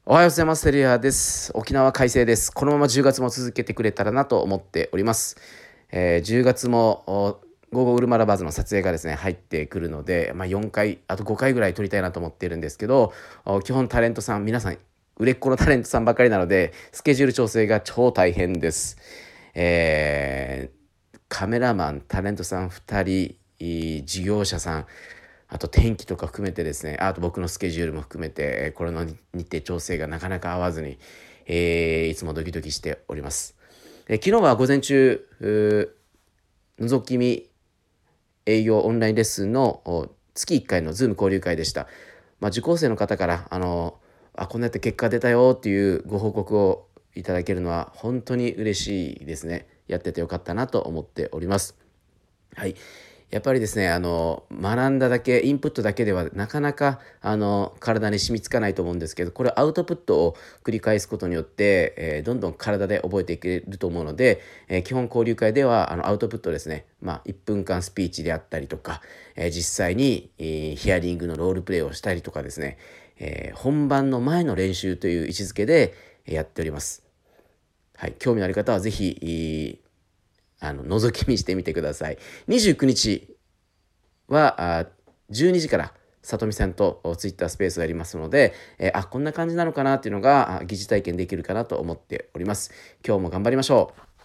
おはようございます。テリアです。沖縄快晴です。このまま10月も続けてくれたらなと思っております。10月も午後ウルマラバーズの撮影がですね入ってくるので、4回あと5回ぐらい撮りたいなと思っているんですけど、基本タレントさん皆さん売れっ子のタレントさんばかりなのでスケジュール調整が超大変です。カメラマンタレントさん2人事業者さん、あと天気とか含めてですね、あと僕のスケジュールも含めて、これの日程調整がなかなか合わずに、いつもドキドキしております。昨日は午前中、覗き見営業オンラインレッスンの月1回のズーム交流会でした。受講生の方からこんなやって結果出たよっていうご報告をいただけるのは本当に嬉しいですね。やっててよかったなと思っております。はい。やっぱりですね、学んだだけ、インプットだけではなかなか、体に染みつかないと思うんですけど、これアウトプットを繰り返すことによって、どんどん体で覚えていけると思うので、基本交流会では、アウトプットですね、1分間スピーチであったりとか、実際に、ヒアリングのロールプレイをしたりとかですね、本番の前の練習という位置づけでやっております。はい、興味のある方はぜひ、覗き見してみてください。29日は12時からさとみさんとツイッタースペースをやりますので、こんな感じなのかなっていうのが疑似体験できるかなと思っております。今日も頑張りましょう。